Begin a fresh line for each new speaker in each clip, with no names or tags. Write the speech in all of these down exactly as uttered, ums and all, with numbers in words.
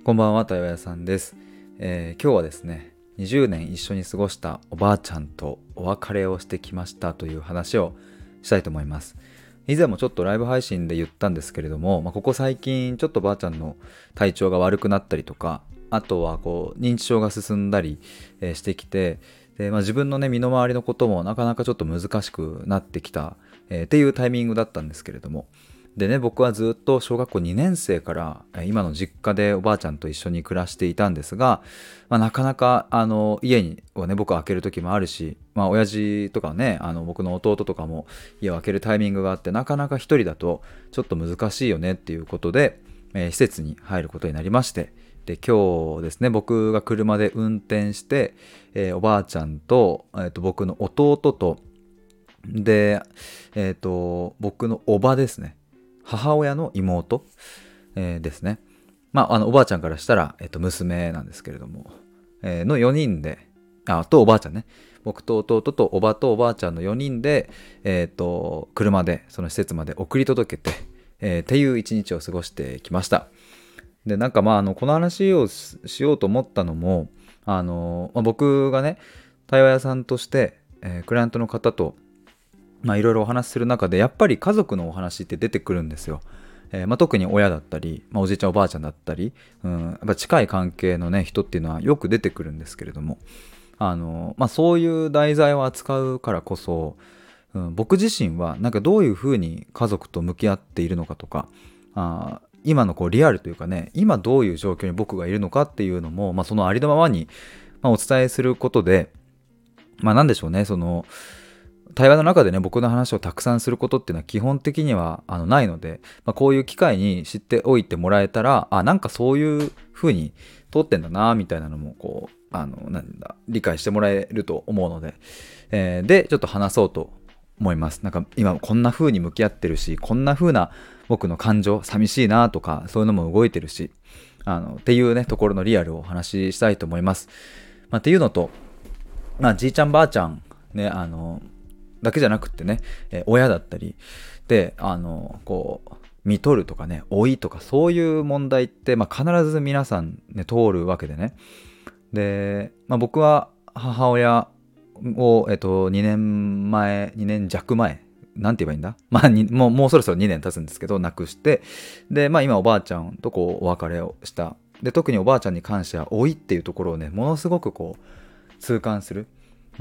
こんばんは、たよやさんです、えー今日はですね、にじゅうねん一緒に過ごしたおばあちゃんとお別れをしてきましたという話をしたいと思います。以前もちょっとライブ配信で言ったんですけれども、まあ、ここ最近ちょっとばあちゃんの体調が悪くなったりとか、あとはこう認知症が進んだり、えーしてきて、で、まあ、自分のね身の回りのこともなかなかちょっと難しくなってきた、えーっていうタイミングだったんですけれども、でね、僕はずっと小学校にねん生からえー今の実家でおばあちゃんと一緒に暮らしていたんですが、まあ、なかなかあの家にをね僕は開ける時もあるし、まあ親父とかね、あの僕の弟とかも家を開けるタイミングがあって、なかなか一人だとちょっと難しいよねっていうことで、えー施設に入ることになりまして、で今日ですね、僕が車で運転して、えーおばあちゃんと、えーと僕の弟と、で、えっ、と僕のおばですね、母親の妹、えーですね。まあ、あのおばあちゃんからしたら、えっと、娘なんですけれども、えーのよにんで、あとおばあちゃんね、僕と弟とおばとおばあちゃんのよにんで、えっと車でその施設まで送り届けて、えーっていう一日を過ごしてきました。で、なんかまあ、あのこの話をししようと思ったのも、あの、まあ、僕がね、対話屋さんとして、えークライアントの方とまあいろいろお話しする中で、やっぱり家族のお話って出てくるんですよ。えーまあ、特に親だったり、まあ、おじいちゃんおばあちゃんだったり、うん、やっぱ近い関係のね人っていうのはよく出てくるんですけれども、あの、まあ、そういう題材を扱うからこそ、うん、僕自身はなんかどういうふうに家族と向き合っているのかとか、あー今のこうリアルというかね、今どういう状況に僕がいるのかっていうのも、まあ、そのありのままに、まあ、お伝えすることで、まあなんでしょうね、その対話の中でね、僕の話をたくさんすることっていうのは基本的にはあのないので、まあ、こういう機会に知っておいてもらえたら、あ、なんかそういう風に通ってんだなみたいなのもこう、あのなんだ理解してもらえると思うので、えーでちょっと話そうと思います。なんか今こんな風に向き合ってるし、こんな風な僕の感情、寂しいなとかそういうのも動いてるし、あのっていうねところのリアルをお話ししたいと思います。まあ、っていうのと、まあ、じいちゃんばあちゃんね、あのだけじゃなくってね、えー親だったりで、あのこう見とるとかね、老いとかそういう問題って、まあ、必ず皆さんね通るわけでね。で、まあ、僕は母親を、えっと、にねんまえにねん弱前なんて言えばいいんだ、まあ、にもうもうそろそろにねん経つんですけど亡くして、で、まあ、今おばあちゃんとこうお別れをした。で、特におばあちゃんに関しては老いっていうところをねものすごくこう痛感する。うん、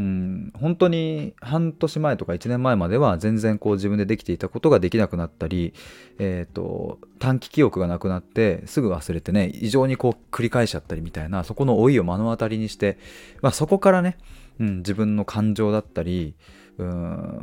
本当に半年前とかいちねんまえまでは全然こう自分でできていたことができなくなったり、えーと、短期記憶がなくなってすぐ忘れてね、異常にこう繰り返しちゃったりみたいな、そこの老いを目の当たりにして、まあ、そこからね、うん、自分の感情だったり、うん、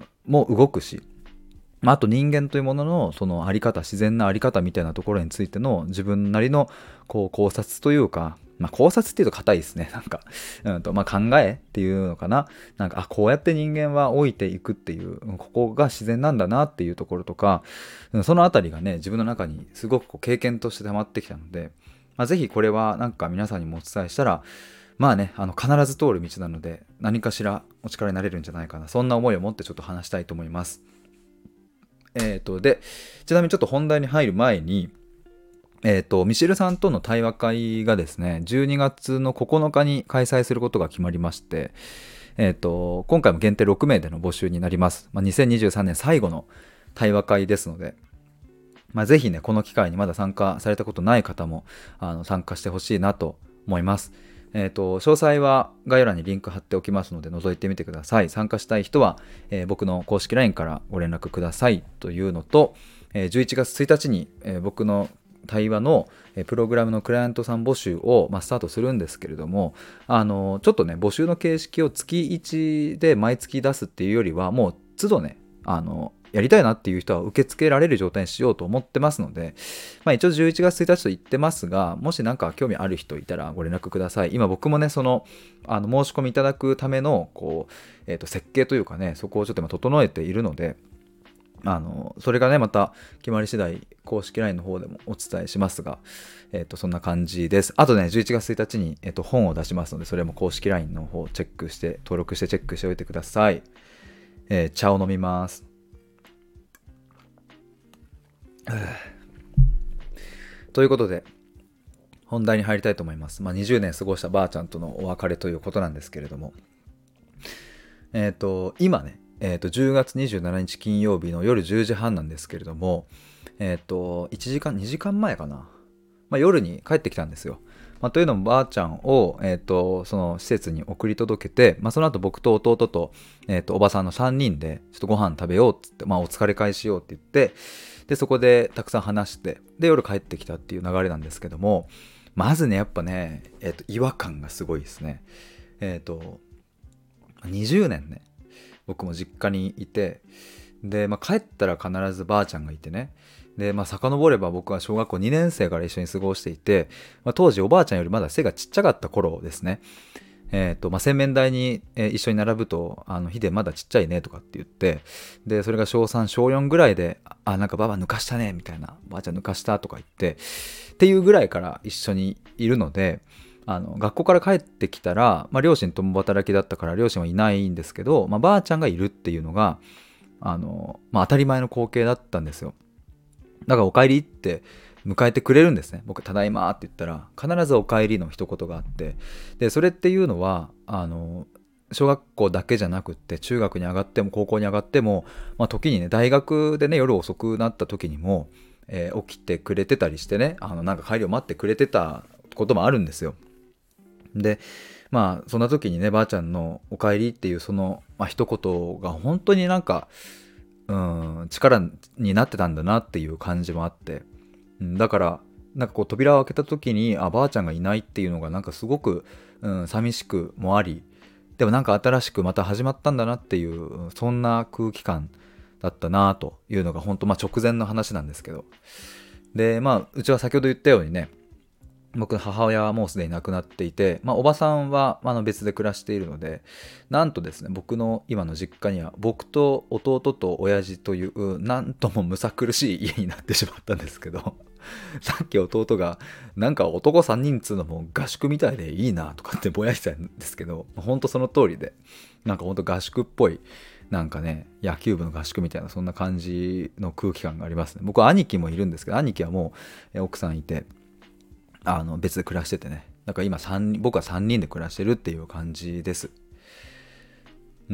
もう動くし、まあ、あと人間というもののそのあり方、自然なあり方みたいなところについての自分なりのこう考察というか、まあ、考察っていうと硬いですね。なんか、うんとまあ、考えっていうのかな。なんか、あ、こうやって人間は老いていくっていう、ここが自然なんだなっていうところとか、うんそのあたりがね、自分の中にすごくこう経験として溜まってきたので、まあ、ぜひこれはなんか皆さんにもお伝えしたら、まあね、あの必ず通る道なので、何かしらお力になれるんじゃないかな。そんな思いを持ってちょっと話したいと思います。えーと、で、ちなみにちょっと本題に入る前に、えーと、ミシェルさんとの対話会がですね、じゅうにがつのここのかに開催することが決まりまして、えーと、今回も限定ろくめいでの募集になります。まあ、にせんにじゅうさんねん最後の対話会ですので、まあ、ぜひね、この機会にまだ参加されたことない方もあの参加してほしいなと思います。えーと、詳細は概要欄にリンク貼っておきますので覗いてみてください。参加したい人は、えー僕の公式 ライン からご連絡くださいというのと、えーじゅういちがつついたちに、えー僕の対話のえープログラムのクライアントさん募集を、まあ、スタートするんですけれども、あのちょっとね募集の形式を月いちで毎月出すっていうよりは、もう都度ね、あのやりたいなっていう人は受け付けられる状態にしようと思ってますので、まあ、一応じゅういちがつついたちと言ってますが、もし何か興味ある人いたらご連絡ください。今僕もね、その、あの申し込みいただくためのこう、えーと設計というかね、そこをちょっと今整えているので、あのそれがねまた決まり次第公式 ライン の方でもお伝えしますが、えっ、とそんな感じです。あとね、じゅういちがつついたちに、えーと本を出しますので、それも公式 ライン の方チェックして登録してチェックしておいてください。えー茶を飲みます。ということで本題に入りたいと思います。まあ、にじゅうねん過ごしたばあちゃんとのお別れということなんですけれども、えっ、と今ね、えっ、とじゅうがつにじゅうしちにち金曜日の夜じゅうじはんなんですけれども、えっ、といちじかんにじかんまえかな、まあ、夜に帰ってきたんですよ。まあ、というのもばあちゃんを、えー、とその施設に送り届けて、まあ、その後僕と弟と、えー、とおばさんのさんにんでちょっとご飯食べようっつって、まあ、お疲れ会しようって言って、でそこでたくさん話して、で夜帰ってきたっていう流れなんですけども、まずねやっぱね、えー、と違和感がすごいですね。えっ、とにじゅうねんね僕も実家にいて、で、まあ、帰ったら必ずばあちゃんがいてね、で、まあ、遡れば僕は小学校にねん生から一緒に過ごしていて、まあ、当時おばあちゃんよりまだ背がちっちゃかった頃ですね。えーとまあ、洗面台に、えー一緒に並ぶと、あのヒデまだちっちゃいねとかって言って、でそれが小さん小よんぐらいで、あなんかばば抜かしたねみたいな、ばあちゃん抜かしたとか言ってっていうぐらいから一緒にいるので、あの学校から帰ってきたら、まあ、両親共働きだったから両親はいないんですけど、まあ、ばあちゃんがいるっていうのがあの、まあ、当たり前の光景だったんですよ。だからお帰りって迎えてくれるんですね。僕ただいまって言ったら必ずお帰りの一言があって、でそれっていうのはあの小学校だけじゃなくって中学に上がっても高校に上がっても、まあ、時にね大学でね夜遅くなった時にも、えー起きてくれてたりしてね、あのなんか帰りを待ってくれてたこともあるんですよ。でまあそんな時にねばあちゃんのお帰りっていうその、まあ、一言が本当になんかうん力になってたんだなっていう感じもあって、うん、だからなんかこう扉を開けた時にあばあちゃんがいないっていうのがなんかすごく、うん、寂しくもあり、でもなんか新しくまた始まったんだなっていうそんな空気感だったなというのが本当まあ直前の話なんですけど、でまあうちは先ほど言ったようにね、僕の母親はもうすでに亡くなっていて、まあ、おばさんはあの別で暮らしているので、なんとですね僕の今の実家には僕と弟と親父というなんともむさ苦しい家になってしまったんですけどさっき弟がなんか男さんにんつうのも合宿みたいでいいなとかってぼやしてたんですけど、ほんとその通りで、なんかほんと合宿っぽい、なんかね野球部の合宿みたいなそんな感じの空気感がありますね。僕は兄貴もいるんですけど、兄貴はもうえ奥さんいてあの別で暮らしててね、だから今さんにん僕はさんにんで暮らしてるっていう感じです。うん、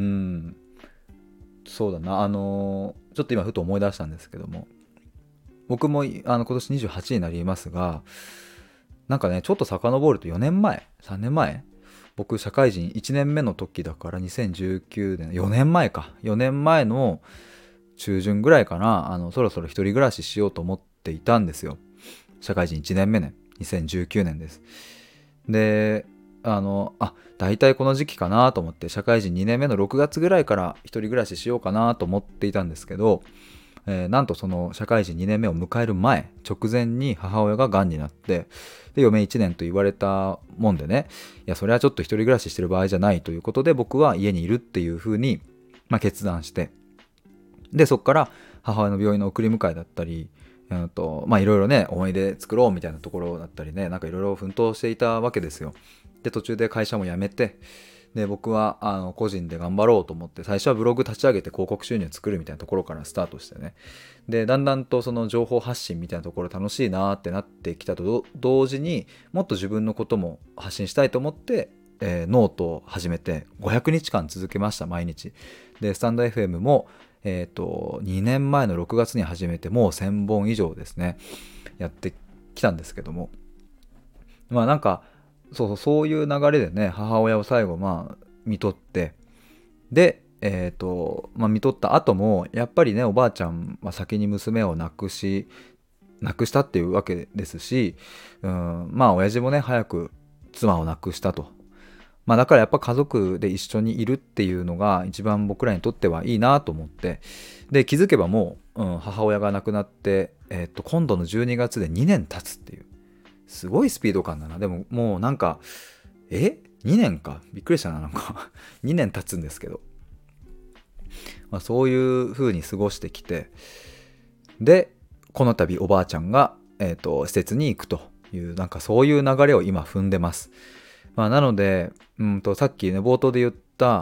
そうだな、あのーちょっと今ふと思い出したんですけども、僕もいあの今年にじゅうはちになりますが、なんかねちょっと遡るとよねんまえさんねんまえ、僕社会人いちねんめの時だからにせんじゅうきゅうねん、よねんまえか、よねんまえの中旬ぐらいかな、あのそろそろ一人暮らししようと思っていたんですよ。社会人いちねんめね、にせんじゅうきゅうねんです。であのあ大体この時期かなと思って社会人にねんめのろくがつぐらいから一人暮らししようかなと思っていたんですけど、えーなんとその社会人にねんめを迎える前直前に母親ががんになって、で余命いちねんと言われたもんでね、いやそれはちょっと一人暮らししてる場合じゃないということで僕は家にいるっていうふうに、まあ、決断して、でそこから母親の病院の送り迎えだったり、うんとまあいろいろね思い出作ろうみたいなところだったりね、なんかいろいろ奮闘していたわけですよ。で途中で会社も辞めて、で僕はあの個人で頑張ろうと思って最初はブログ立ち上げて広告収入作るみたいなところからスタートしてね、でだんだんとその情報発信みたいなところ楽しいなってなってきたと同時に、もっと自分のことも発信したいと思って、えーノートを始めてごひゃくにちかん続けました、毎日。でスタンド エフエム もえっとにねんまえのろくがつに始めてもうせんぼん以上ですねやってきたんですけども、まあなんかそうそうそういう流れでね母親を最後まあ見とって、でえっとまあ見とった後もやっぱりねおばあちゃんは先に娘を亡くし亡くしたっていうわけですし、うんまあ親父もね早く妻を亡くしたと。まあだからやっぱ家族で一緒にいるっていうのが一番僕らにとってはいいなと思って、で気づけばもう、うん、母親が亡くなって、えっと今度のじゅうにがつでにねん経つっていうすごいスピード感だな。でももうなんかえにねんかびっくりしたな、なんかにねん経つんですけど、まあ、そういう風に過ごしてきて、でこの度おばあちゃんが、えーと施設に行くというなんかそういう流れを今踏んでます。まあ、なのでうんとさっきね冒頭で言った、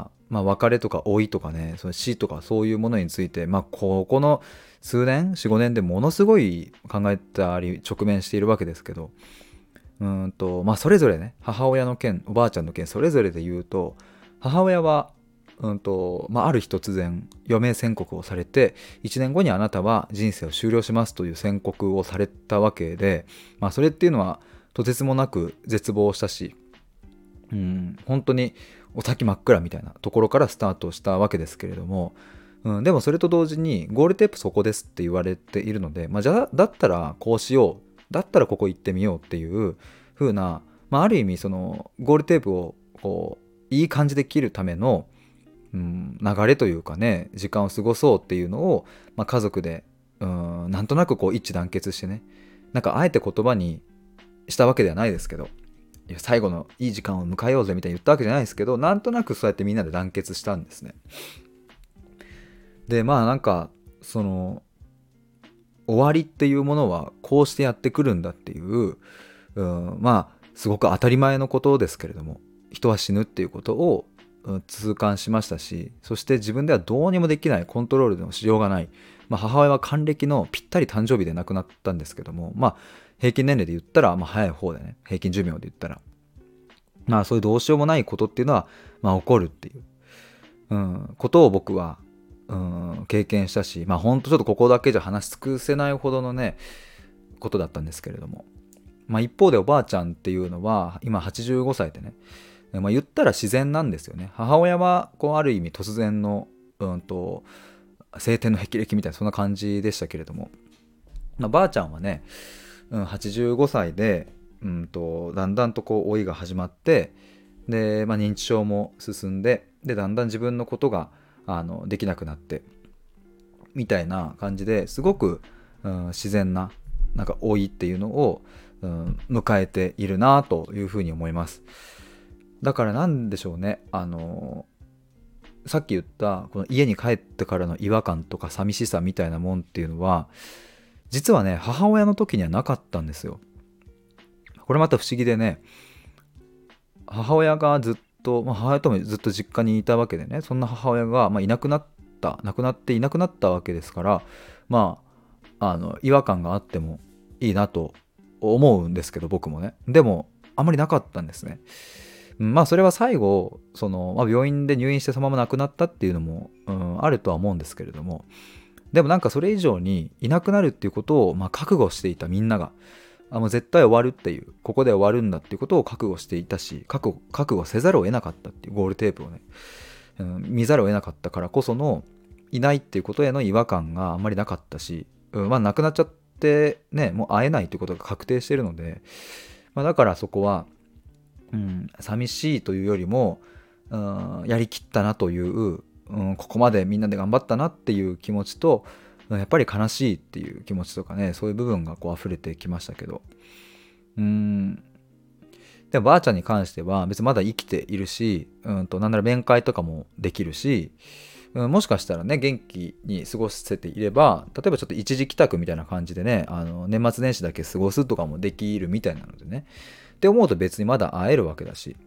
まあ、別れとか老いとかねその死とかそういうものについて、まあ、ここの数年よん、ごねんでものすごい考えたり直面しているわけですけど、 うーんとまあそれぞれね、母親の件おばあちゃんの件それぞれで言うと、母親はうんとまあ、ある日突然余命宣告をされて、いちねんごにあなたは人生を終了しますという宣告をされたわけで、まあ、それっていうのはとてつもなく絶望したし、うん本当にお先真っ暗みたいなところからスタートしたわけですけれども、うん、でもそれと同時にゴールテープそこですって言われているので、まあ、じゃあだったらこうしよう、だったらここ行ってみようっていう風な、まあ、ある意味そのゴールテープをこういい感じで切るための、うん、流れというかね、時間を過ごそうっていうのを、まあ、家族でうんなんとなくこう一致団結してね、なんかあえて言葉にしたわけではないですけど、いや最後のいい時間を迎えようぜみたいに言ったわけじゃないですけど、なんとなくそうやってみんなで団結したんですね。でまあなんかその終わりっていうものはこうしてやってくるんだっていう、うん、まあすごく当たり前のことですけれども、人は死ぬっていうことをうん痛感しましたし、そして自分ではどうにもできない、コントロールのしようがない、まあ、母親は還暦のぴったり誕生日で亡くなったんですけども、まあ平均年齢で言ったらまあ早い方でね、平均寿命で言ったらまあそういうどうしようもないことっていうのはまあ起こるっていう、うん、ことを僕は、うん、経験したし、まあほんとちょっとここだけじゃ話し尽くせないほどのねことだったんですけれども、まあ一方でおばあちゃんっていうのは今はちじゅうごさいでね、まあ、言ったら自然なんですよね。母親はこうある意味突然のうんと晴天の霹靂みたいなそんな感じでしたけれども、まあ、ばあちゃんはね、うん、はちじゅうごさいでうんとだんだんとこう老いが始まって、で、まあ、認知症も進んで、でだんだん自分のことがあのできなくなってみたいな感じですごく、うん、自然ななんか老いっていうのを、うん、迎えているなというふうに思います。だからなんでしょうね、あのさっき言ったこの家に帰ってからの違和感とか寂しさみたいなもんっていうのは実はね母親の時にはなかったんですよ。これまた不思議でね、母親がずっと、まあ、母親ともずっと実家にいたわけでね、そんな母親が、まあ、いなくなった亡くなっていなくなったわけですから、まああの違和感があってもいいなと思うんですけど、僕もね、でもあんまりなかったんですね。まあそれは最後その、まあ、病院で入院してそのまま亡くなったっていうのも、うん、あるとは思うんですけれども、でもなんかそれ以上にいなくなるっていうことを、まあ、覚悟していたみんなが、あもう絶対終わるっていう、ここで終わるんだっていうことを覚悟していたし、覚悟覚悟せざるを得なかったっていう、ゴールテープをね、うん、見ざるを得なかったからこそのいないっていうことへの違和感があんまりなかったし、うん、まあ亡くなっちゃってね、もう会えないっていうことが確定しているので、まあ、だからそこはうん、寂しいというよりも、うん、やりきったなという、うん、ここまでみんなで頑張ったなっていう気持ちと、やっぱり悲しいっていう気持ちとかね、そういう部分がこう溢れてきましたけど、うん、でもばあちゃんに関しては別にまだ生きているし、うんとなんなら面会とかもできるし、うん、もしかしたらね元気に過ごせていれば、例えばちょっと一時帰宅みたいな感じでね、あの年末年始だけ過ごすとかもできるみたいなのでね、って思うと別にまだ会えるわけだし、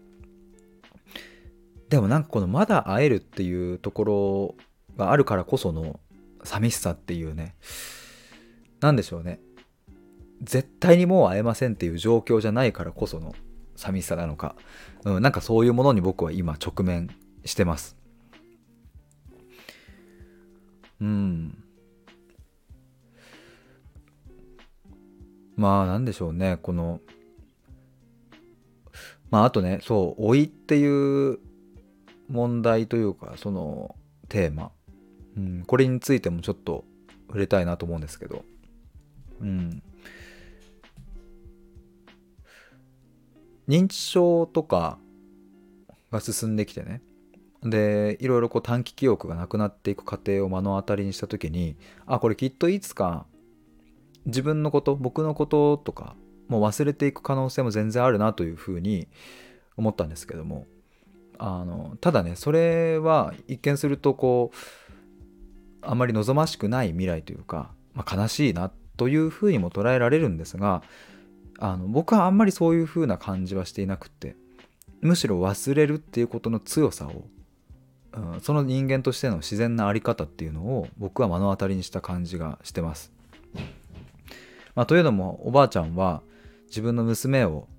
でもなんかこのまだ会えるっていうところがあるからこその寂しさっていうね、なんでしょうね、絶対にもう会えませんっていう状況じゃないからこその寂しさなのか、うん、なんかそういうものに僕は今直面してます。うんまあなんでしょうね、このまああとね、そう老いっていう問題というか、そのテーマ、うん、これについてもちょっと触れたいなと思うんですけど、うん、認知症とかが進んできてね、でいろいろこう短期記憶がなくなっていく過程を目の当たりにした時に、あこれきっといつか自分のこと僕のこととかもう忘れていく可能性も全然あるなというふうに思ったんですけども、あのただねそれは一見するとこうあまり望ましくない未来というか、まあ、悲しいなというふうにも捉えられるんですが、あの僕はあんまりそういうふうな感じはしていなくって、むしろ忘れるっていうことの強さを、うん、その人間としての自然なあり方っていうのを僕は目の当たりにした感じがしてます。まあ、というのもおばあちゃんは自分の娘を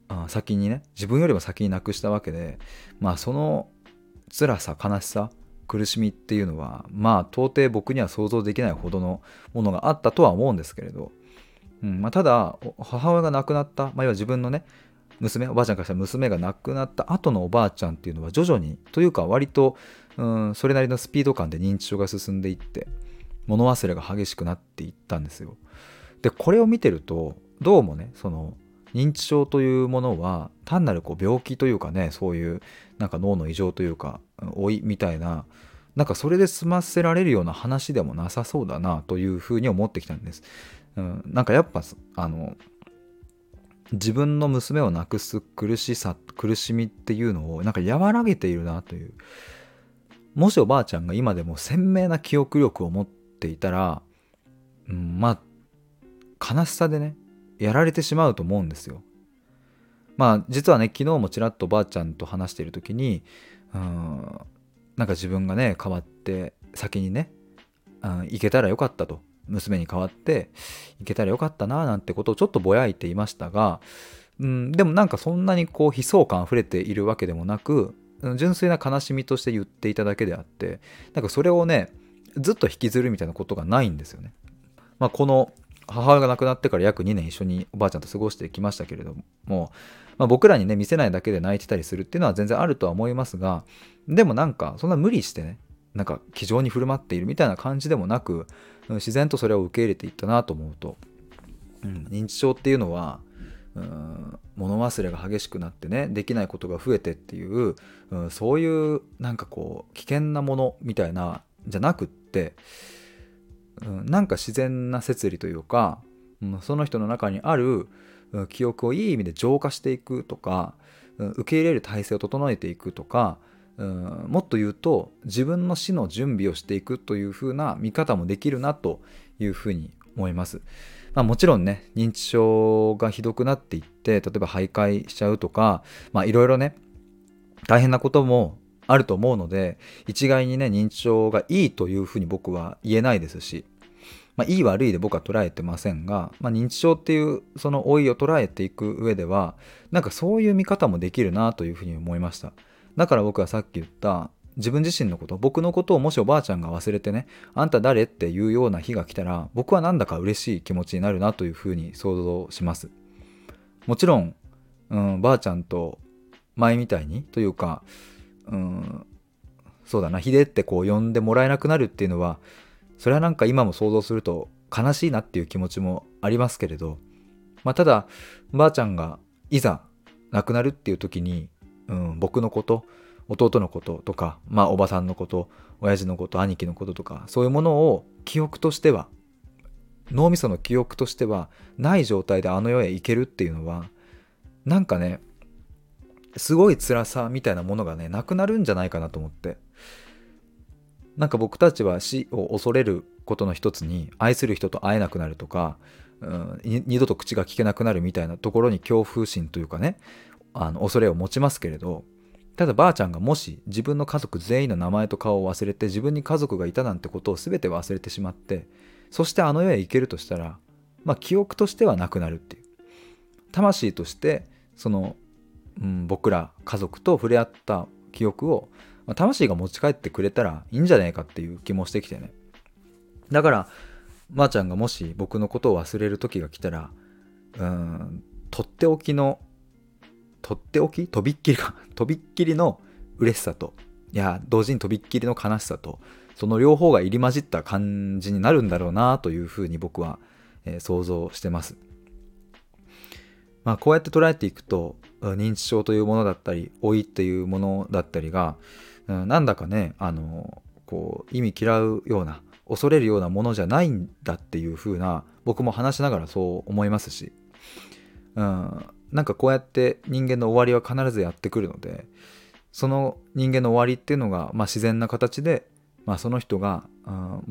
あ先にね自分よりも先に亡くしたわけで、まあその辛さ悲しさ苦しみっていうのはまあ到底僕には想像できないほどのものがあったとは思うんですけれど、うんまあ、ただ母親が亡くなった、まあ、要は自分のね娘おばあちゃんからしたら娘が亡くなった後のおばあちゃんっていうのは徐々にというか割と、うん、それなりのスピード感で認知症が進んでいって物忘れが激しくなっていったんですよ。でこれを見てるとどうもねその認知症というものは単なるこう病気というかねそういうなんか脳の異常というか老いみたいななんかそれで済ませられるような話でもなさそうだなというふうに思ってきたんです。うん、なんかやっぱあの自分の娘を亡くす苦しさ苦しみっていうのをなんか和らげているなという。もしおばあちゃんが今でも鮮明な記憶力を持っていたら、うん、まあ悲しさでねやられてしまうと思うんですよ。まあ実はね昨日もちらっとおばあちゃんと話している時にうんなんか自分がね変わって先にね、うん、行けたらよかったと娘に代わって行けたらよかったななんてことをちょっとぼやいていましたが、うん、でもなんかそんなにこう悲壮感あふれているわけでもなく純粋な悲しみとして言っていただけであってなんかそれをねずっと引きずるみたいなことがないんですよね。まあ、この母親が亡くなってから約にねん一緒におばあちゃんと過ごしてきましたけれども、まあ、僕らにね見せないだけで泣いてたりするっていうのは全然あるとは思いますがでもなんかそんな無理してねなんか気丈に振る舞っているみたいな感じでもなく自然とそれを受け入れていったなと思うと、うん、認知症っていうのはうん物忘れが激しくなってねできないことが増えてっていう、うん、そういうなんかこう危険なものみたいなじゃなくってうん、なんか自然な摂理というか、うん、その人の中にある、うん、記憶をいい意味で浄化していくとか、うん、受け入れる体制を整えていくとか、うん、もっと言うと自分の死の準備をしていくという風な見方もできるなというふうに思います。まあ、もちろんね認知症がひどくなっていって例えば徘徊しちゃうとかいろいろね大変なこともあると思うので一概にね認知症がいいというふうに僕は言えないですし、まあ、いい悪いで僕は捉えてませんが、まあ、認知症っていうその老いを捉えていく上ではなんかそういう見方もできるなというふうに思いました。だから僕はさっき言った自分自身のこと僕のことをもしおばあちゃんが忘れてねあんた誰っていうような日が来たら僕はなんだか嬉しい気持ちになるなというふうに想像します。もちろん、うん、ばあちゃんと前みたいにというかうんそうだなヒデってこう呼んでもらえなくなるっていうのはそれはなんか今も想像すると悲しいなっていう気持ちもありますけれど、まあ、ただばあちゃんがいざ亡くなるっていう時に、うん、僕のこと弟のこととか、まあ、おばさんのこと親父のこと兄貴のこととかそういうものを記憶としては脳みその記憶としてはない状態であの世へ行けるっていうのはなんかねすごい辛さみたいなものがねなくなるんじゃないかなと思って、なんか僕たちは死を恐れることの一つに愛する人と会えなくなるとか、うん、二度と口が聞けなくなるみたいなところに恐怖心というかねあの恐れを持ちますけれど、ただばあちゃんがもし自分の家族全員の名前と顔を忘れて自分に家族がいたなんてことを全て忘れてしまってそしてあの世へ行けるとしたら、まあ記憶としてはなくなるっていう魂としてそのうん、僕ら家族と触れ合った記憶を、まあ、魂が持ち帰ってくれたらいいんじゃないかっていう気もしてきてね。だからまーちゃんがもし僕のことを忘れる時が来たらうーんとっておきのとっておきとびっきりかとびっきりの嬉しさといや同時にとびっきりの悲しさとその両方が入り混じった感じになるんだろうなというふうに僕は、えー、想像してます。まあこうやって捉えていくと認知症というものだったり老いっていうものだったりが、うん、なんだかねあのこう意味嫌うような恐れるようなものじゃないんだっていう風な僕も話しながらそう思いますし、うん、なんかこうやって人間の終わりは必ずやってくるのでその人間の終わりっていうのが、まあ、自然な形で、まあ、その人が、うん、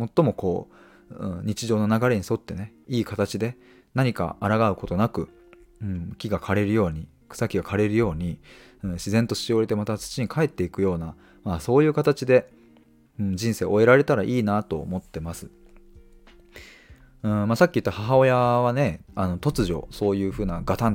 最もこう、うん、日常の流れに沿ってねいい形で何か抗うことなくうん、木が枯れるように草木が枯れるように、うん、自然としおれてまた土に帰っていくような、まあ、そういう形で、うん、人生を終えられたらいいなと思ってます。うんまあ、さっき言った母親はねあの突如そういう風なガタンと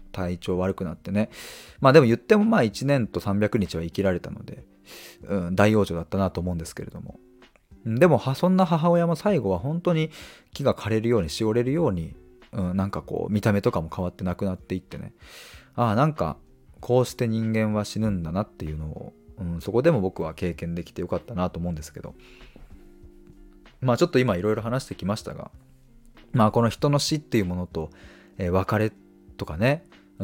体調悪くなってね。まあでも言ってもまあいちねんとさんびゃくにちは生きられたので、うん、大養生だったなと思うんですけれども。でもそんな母親も最後は本当に木が枯れるようにしおれるように、うん、なんかこう見た目とかも変わってなくなっていってね、ああなんかこうして人間は死ぬんだなっていうのを、うん、そこでも僕は経験できてよかったなと思うんですけど、まあちょっと今いろいろ話してきましたが、まあこの人の死っていうものと、えー別れとかね、うん、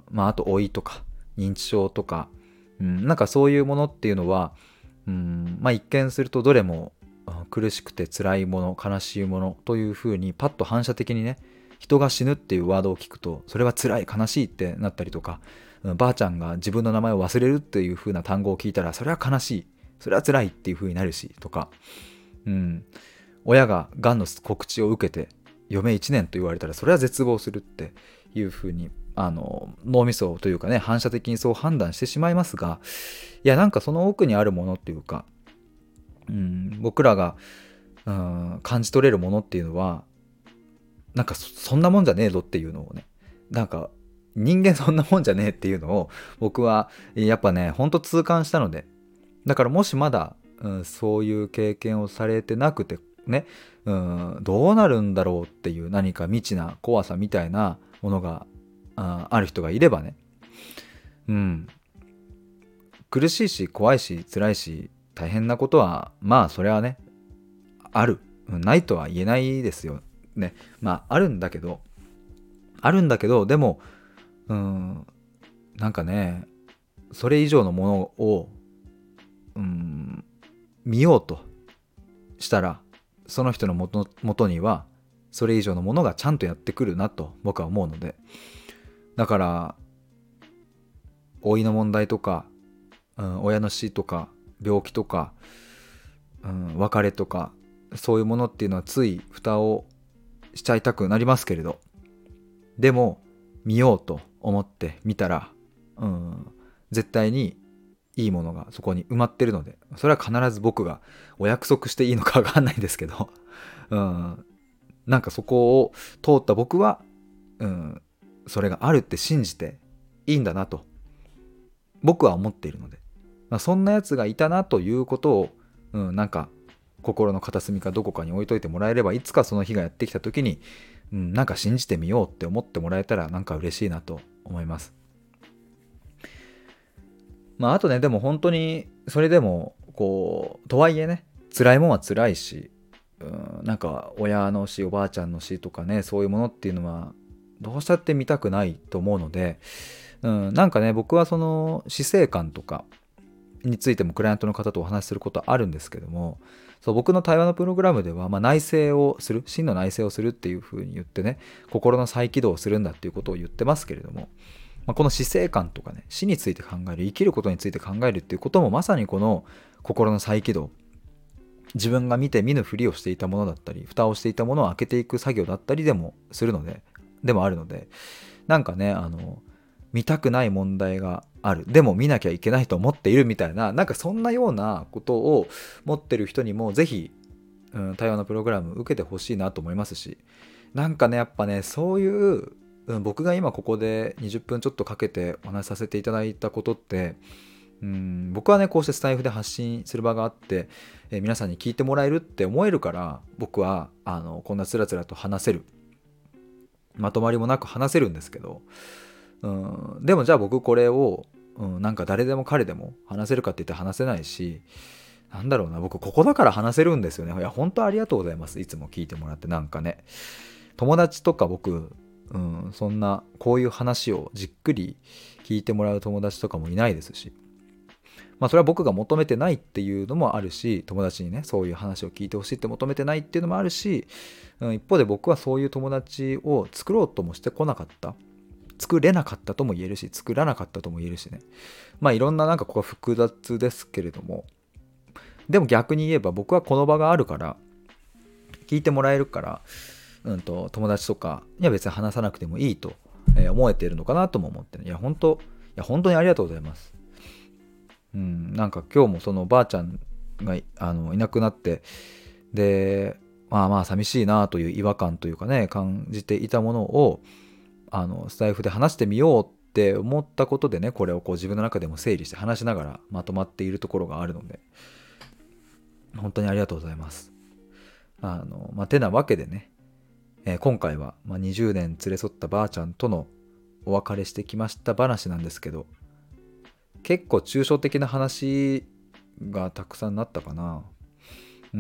まああと老いとか認知症とか、うん、なんかそういうものっていうのは、うん、まあ一見するとどれも苦しくて辛いもの、悲しいものというふうにパッと反射的にね、人が死ぬっていうワードを聞くとそれは辛い悲しいってなったりとか、うん、ばあちゃんが自分の名前を忘れるっていうふうな単語を聞いたらそれは悲しい、それは辛いっていうふうになるしとか、うん、親ががんの告知を受けて余命いちねんと言われたらそれは絶望するっていうふうに、あの脳みそというかね、反射的にそう判断してしまいますが、いやなんかその奥にあるものっていうか、うん、僕らが、うん、感じ取れるものっていうのはなんか そ, そんなもんじゃねえぞっていうのをね、なんか人間そんなもんじゃねえっていうのを僕はやっぱねほんと痛感したので、だからもしまだ、うん、そういう経験をされてなくてね、うん、どうなるんだろうっていう何か未知な怖さみたいなものが あ, ある人がいればね、うん、苦しいし怖いし辛いし大変なことはまあそれはねある、ないとは言えないですよね。まああるんだけどあるんだけどでも、うん、なんかねそれ以上のものを、うん、見ようとしたらその人のもと元にはそれ以上のものがちゃんとやってくるなと僕は思うので、だから老いの問題とか、うん、親の死とか病気とか、うん、別れとかそういうものっていうのはつい蓋をしちゃいたくなりますけれど、でも見ようと思って見たら、うん、絶対にいいものがそこに埋まってるので、それは必ず僕がお約束していいのかわかんないんですけど、うん、なんかそこを通った僕は、うん、それがあるって信じていいんだなと僕は思っているので、まあ、そんなやつがいたなということを、うん、なんか心の片隅かどこかに置いといてもらえれば、いつかその日がやってきた時に、うん、なんか信じてみようって思ってもらえたらなんか嬉しいなと思います。まああとね、でも本当にそれでもこうとはいえね、辛いもんは辛いし、うん、なんか親の死おばあちゃんの死とかね、そういうものっていうのはどうしたって見たくないと思うので、うん、なんかね僕はその死生観とかについてもクライアントの方とお話しすることはあるんですけども、そう僕の対話のプログラムでは、まあ、内省をする、真の内省をするっていうふうに言ってね、心の再起動をするんだっていうことを言ってますけれども、まあ、この死生観とかね、死について考える、生きることについて考えるっていうこともまさにこの心の再起動、自分が見て見ぬふりをしていたものだったり、蓋をしていたものを開けていく作業だったりでもするので、でもあるので、なんかね、あの見たくない問題がある、でも見なきゃいけないと思っているみたいな、なんかそんなようなことを持ってる人にもぜひ、うん、対話のプログラム受けてほしいなと思いますし、なんかねやっぱねそういう、うん、僕が今ここでにじゅっぷんちょっとかけてお話しさせていただいたことって、うん、僕はねこうしてスタイフで発信する場があって、えー皆さんに聞いてもらえるって思えるから、僕はあのこんなつらつらと話せる、まとまりもなく話せるんですけど、うん、でもじゃあ僕これを、うん、なんか誰でも彼でも話せるかって言って話せないし、なんだろうな、僕ここだから話せるんですよね。いや本当ありがとうございます、いつも聞いてもらって。なんかね友達とか僕、うん、そんなこういう話をじっくり聞いてもらう友達とかもいないですし、まあそれは僕が求めてないっていうのもあるし、友達にねそういう話を聞いてほしいって求めてないっていうのもあるし、うん、一方で僕はそういう友達を作ろうともしてこなかった、作れなかったとも言えるし、作らなかったとも言えるしね、まあいろんななんかここは複雑ですけれども、でも逆に言えば僕はこの場があるから聞いてもらえるから、うんと友達とかには別に話さなくてもいいと、えー思えているのかなとも思ってね、いや本当いや本当にありがとうございます。うん、なんか今日もそのばあちゃんがいあのいなくなって、でまあまあ寂しいなという違和感というかね感じていたものを、 あのスタイフで話してみようって思ったことでね、これをこう自分の中でも整理して話しながらまとまっているところがあるので、本当にありがとうございます。あのまあてなわけでね、えー今回は、まあ、にじゅうねん連れ添ったばあちゃんとのお別れしてきました話なんですけど、結構抽象的な話がたくさんなったかな。うん。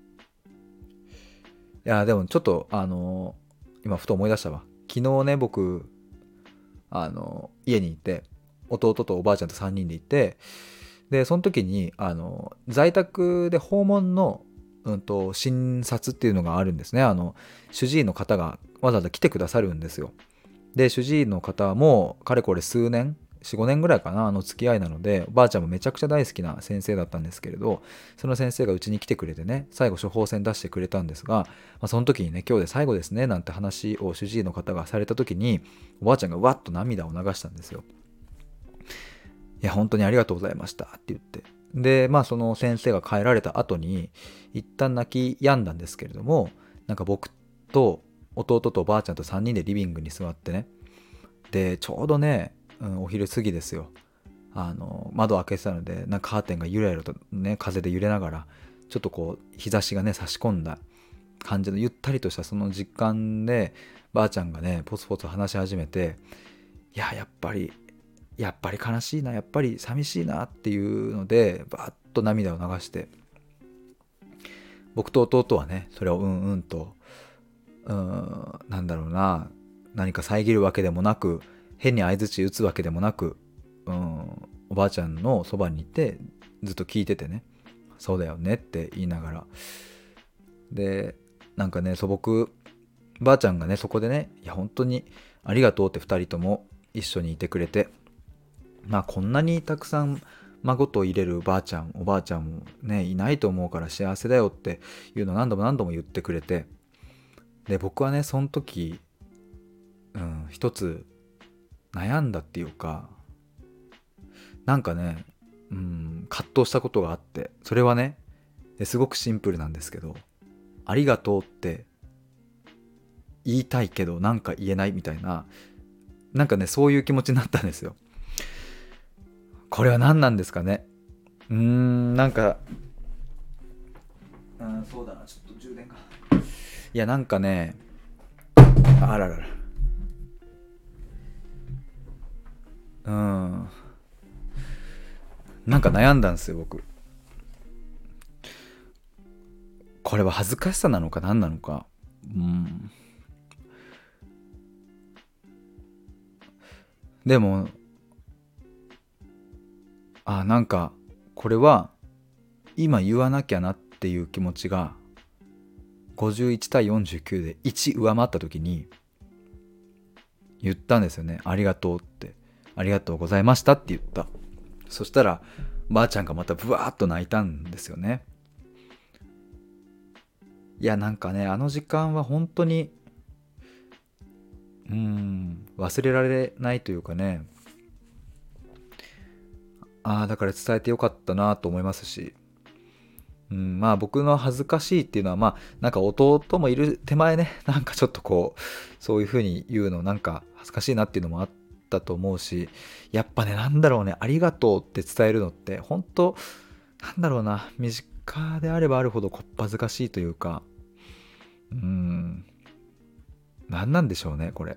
いやでもちょっとあの今ふと思い出したわ。昨日ね、僕あの家にいて、弟とおばあちゃんとさんにんで行って、でその時にあの在宅で訪問の、うんと、診察っていうのがあるんですね。あの主治医の方がわざわざ来てくださるんですよ。で主治医の方もかれこれ数年、よん、ごねんぐらいかな、あの付き合いなので、おばあちゃんもめちゃくちゃ大好きな先生だったんですけれど、その先生がうちに来てくれてね、最後処方箋出してくれたんですが、まあ、その時にね、今日で最後ですねなんて話を主治医の方がされた時に、おばあちゃんがわっと涙を流したんですよ。いや本当にありがとうございましたって言って、でまあその先生が帰られた後に一旦泣き止んだんですけれども、なんか僕と弟とおばあちゃんとさんにんでリビングに座ってね、でちょうどね、うん、お昼過ぎですよ。あの窓を開けてたので、なんかカーテンがゆらゆらとね風で揺れながら、ちょっとこう日差しがね差し込んだ感じのゆったりとしたその時間で、ばあちゃんがねポツポツ話し始めて、いややっぱりやっぱり悲しいな、やっぱり寂しいなっていうのでバーッと涙を流して、僕と弟はねそれをうんうんと、うーんなんだろうな、何か遮るわけでもなく、変に相槌打つわけでもなく、うん、おばあちゃんのそばにいてずっと聞いててね、そうだよねって言いながら、でなんかね素朴、ばあちゃんがねそこでね、いや本当にありがとうってふたりとも一緒にいてくれて、まあこんなにたくさん孫と入れるばあちゃんおばあちゃんもねいないと思うから幸せだよっていうのを何度も何度も言ってくれて、で僕はねその時、うん、一つ悩んだっていうか、なんかね、うん、葛藤したことがあって、それはね、すごくシンプルなんですけど、ありがとうって言いたいけどなんか言えないみたいな、なんかねそういう気持ちになったんですよ。これは何なんですかね。うーんなんか、うん、そうだな、ちょっと充電が、いやなんかね、あららら、うんなんか悩んだんですよ僕。これは恥ずかしさなのか何なのか。うんでも、あなんかこれは今言わなきゃなっていう気持ちがごじゅういち対よんじゅうきゅうでいち上回った時に言ったんですよね。ありがとうって、ありがとうございましたって言った。そしたらばあちゃんがまたブワーッと泣いたんですよね。いやなんかね、あの時間は本当にうーん忘れられないというかね、ああだから伝えてよかったなと思いますし、うん、まあ僕の恥ずかしいっていうのは、まあなんか弟もいる手前ね、なんかちょっとこうそういう風に言うのなんか恥ずかしいなっていうのもあったと思うし、やっぱねなんだろうね、ありがとうって伝えるのって本当なんだろうな、身近であればあるほどこっぱずかしいというか、うーん何なんでしょうねこれ。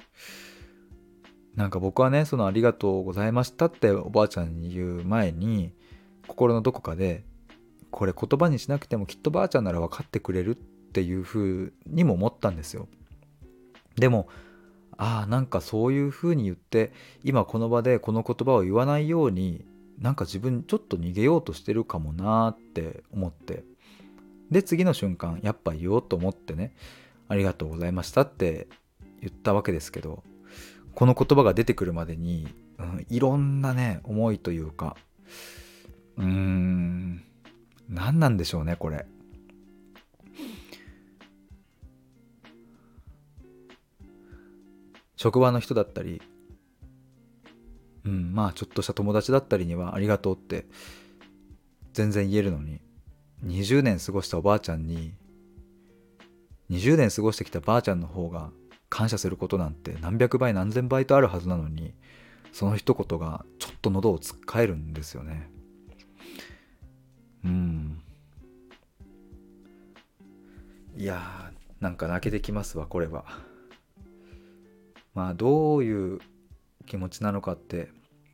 なんか僕はね、そのありがとうございましたっておばあちゃんに言う前に、心のどこかでこれ言葉にしなくてもきっとばあちゃんなら分かってくれるっていう風にも思ったんですよ。でもああなんかそういう風に言って今この場でこの言葉を言わないようになんか自分ちょっと逃げようとしてるかもなーって思って、で次の瞬間やっぱ言おうと思ってね、ありがとうございましたって言ったわけですけど、この言葉が出てくるまでに、うん、いろんなね思いというか、うーん何なんでしょうねこれ。職場の人だったり、うん、まあちょっとした友達だったりにはありがとうって全然言えるのに、にじゅうねん過ごしたおばあちゃんに、にじゅうねん過ごしてきたばあちゃんの方が感謝することなんて何百倍何千倍とあるはずなのに、その一言がちょっと喉をつっかえるんですよね。うんいやーなんか泣けてきますわこれは。まあどういう気持ちなのかって、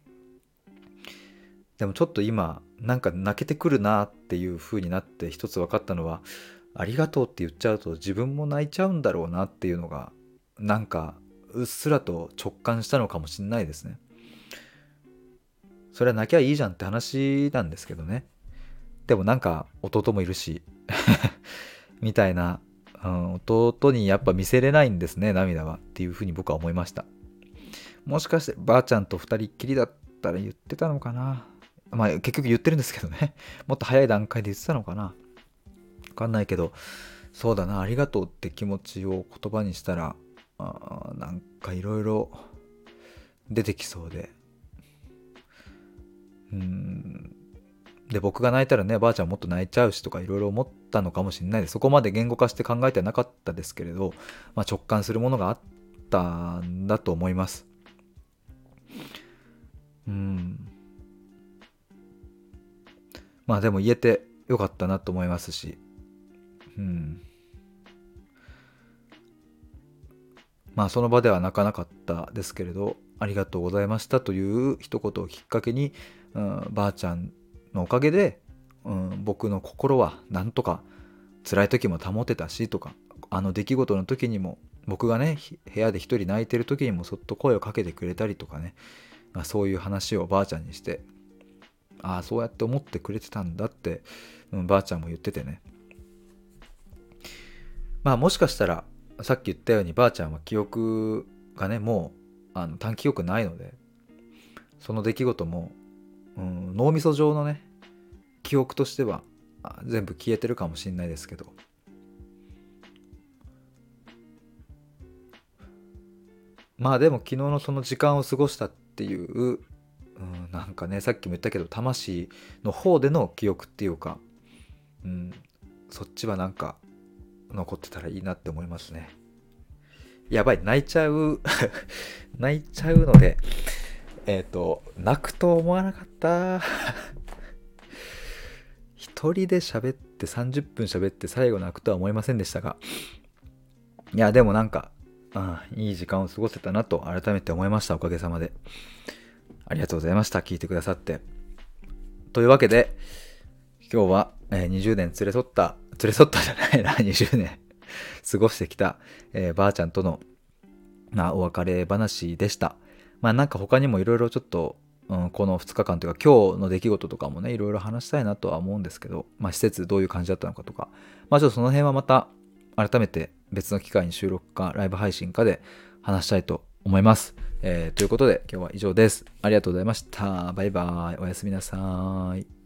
でもちょっと今なんか泣けてくるなっていう風になって一つ分かったのは、ありがとうって言っちゃうと自分も泣いちゃうんだろうなっていうのがなんかうっすらと直感したのかもしれないですね。それは泣きゃいいじゃんって話なんですけどね。でもなんか弟もいるしみたいな、うん、弟にやっぱ見せれないんですね涙はっていうふうに僕は思いました。もしかしてばあちゃんと二人っきりだったら言ってたのかな。まあ結局言ってるんですけどねもっと早い段階で言ってたのかな、わかんないけど、そうだな、ありがとうって気持ちを言葉にしたら、あなんかいろいろ出てきそうで、うーんで僕が泣いたらねばあちゃんもっと泣いちゃうしとかいろいろ思ったのかもしれないです。そこまで言語化して考えてはなかったですけれど、まあ、直感するものがあったんだと思います。うんまあでも言えてよかったなと思いますし、うんまあその場では泣かなかったですけれど、ありがとうございましたという一言をきっかけに、うん、ばあちゃんのおかげで、うん、僕の心はなんとか辛い時も保てたしとか、あの出来事の時にも僕がね部屋で一人泣いてる時にもそっと声をかけてくれたりとかね、まあ、そういう話をばあちゃんにして、ああそうやって思ってくれてたんだって、うん、ばあちゃんも言っててね、まあもしかしたらさっき言ったようにばあちゃんは記憶がねもうあの短期記憶ないので、その出来事も、うん、脳みそ上のね記憶としては全部消えてるかもしれないですけど、まあでも昨日のその時間を過ごしたっていう、うん、なんかねさっきも言ったけど魂の方での記憶っていうか、うん、そっちはなんか残ってたらいいなって思いますね。やばい泣いちゃう泣いちゃうので、えっ、ー、と泣くと思わなかった一人で喋ってさんじゅっぷん喋って最後泣くとは思いませんでしたが、いやでもなんか、うん、いい時間を過ごせたなと改めて思いました。おかげさまでありがとうございました。聞いてくださって。というわけで今日は、えー、にじゅうねん連れ添った連れ添ったじゃないなにじゅうねん過ごしてきた、えー、ばあちゃんとの、まあ、お別れ話でした。まあなんか他にもいろいろちょっと、うん、このふつかかんというか今日の出来事とかもねいろいろ話したいなとは思うんですけど、まあ施設どういう感じだったのかとか、まあちょっとその辺はまた改めて別の機会に収録かライブ配信かで話したいと思います。えー、ということで今日は以上です。ありがとうございました。バイバイ。おやすみなさい。